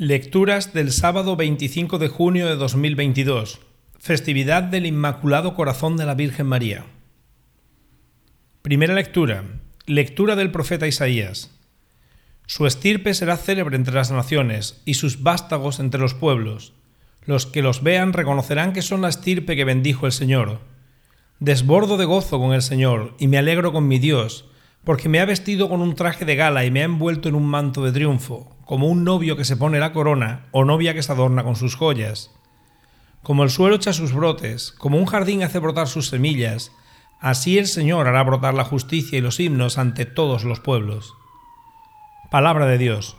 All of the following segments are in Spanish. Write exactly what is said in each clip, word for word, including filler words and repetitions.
Lecturas del sábado veinticinco de junio de dos mil veintidós, festividad del Inmaculado Corazón de la Virgen María. Primera lectura. Lectura del profeta Isaías. Su estirpe será célebre entre las naciones y sus vástagos entre los pueblos. Los que los vean reconocerán que son la estirpe que bendijo el Señor. Desbordo de gozo con el Señor y me alegro con mi Dios, porque me ha vestido con un traje de gala y me ha envuelto en un manto de triunfo, como un novio que se pone la corona o novia que se adorna con sus joyas. Como el suelo echa sus brotes, como un jardín hace brotar sus semillas, así el Señor hará brotar la justicia y los himnos ante todos los pueblos. Palabra de Dios.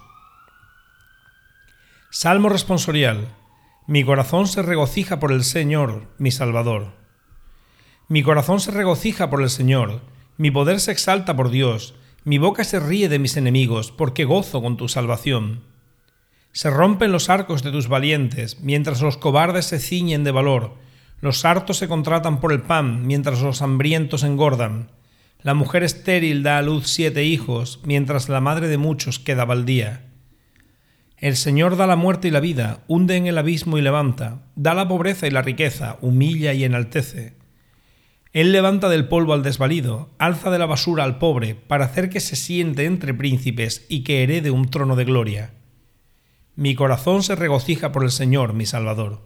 Salmo responsorial. Mi corazón se regocija por el Señor, mi Salvador. Mi corazón se regocija por el Señor, mi poder se exalta por Dios, mi boca se ríe de mis enemigos, porque gozo con tu salvación. Se rompen los arcos de tus valientes, mientras los cobardes se ciñen de valor. Los hartos se contratan por el pan, mientras los hambrientos engordan. La mujer estéril da a luz siete hijos, mientras la madre de muchos queda baldía. El Señor da la muerte y la vida, hunde en el abismo y levanta, da la pobreza y la riqueza, humilla y enaltece. Él levanta del polvo al desvalido, alza de la basura al pobre, para hacer que se siente entre príncipes y que herede un trono de gloria. Mi corazón se regocija por el Señor, mi Salvador.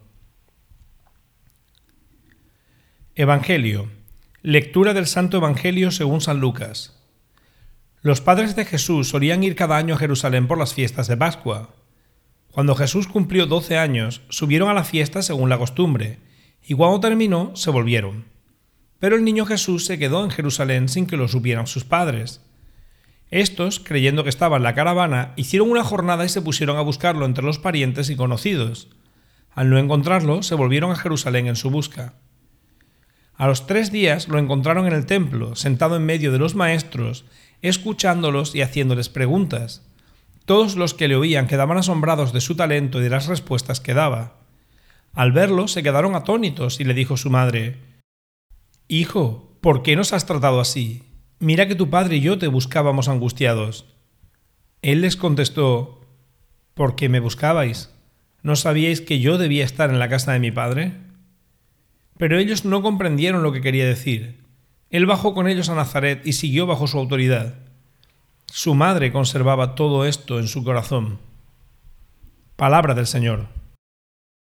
Evangelio. Lectura del Santo Evangelio según San Lucas. Los padres de Jesús solían ir cada año a Jerusalén por las fiestas de Pascua. Cuando Jesús cumplió doce años, subieron a la fiesta según la costumbre, y cuando terminó, se volvieron. Pero el niño Jesús se quedó en Jerusalén sin que lo supieran sus padres. Estos, creyendo que estaba en la caravana, hicieron una jornada y se pusieron a buscarlo entre los parientes y conocidos. Al no encontrarlo, se volvieron a Jerusalén en su busca. A los tres días lo encontraron en el templo, sentado en medio de los maestros, escuchándolos y haciéndoles preguntas. Todos los que le oían quedaban asombrados de su talento y de las respuestas que daba. Al verlo, se quedaron atónitos y le dijo su madre: «Hijo, ¿por qué nos has tratado así? Mira que tu padre y yo te buscábamos angustiados». Él les contestó: «¿Por qué me buscabais? ¿No sabíais que yo debía estar en la casa de mi padre?». Pero ellos no comprendieron lo que quería decir. Él bajó con ellos a Nazaret y siguió bajo su autoridad. Su madre conservaba todo esto en su corazón. Palabra del Señor.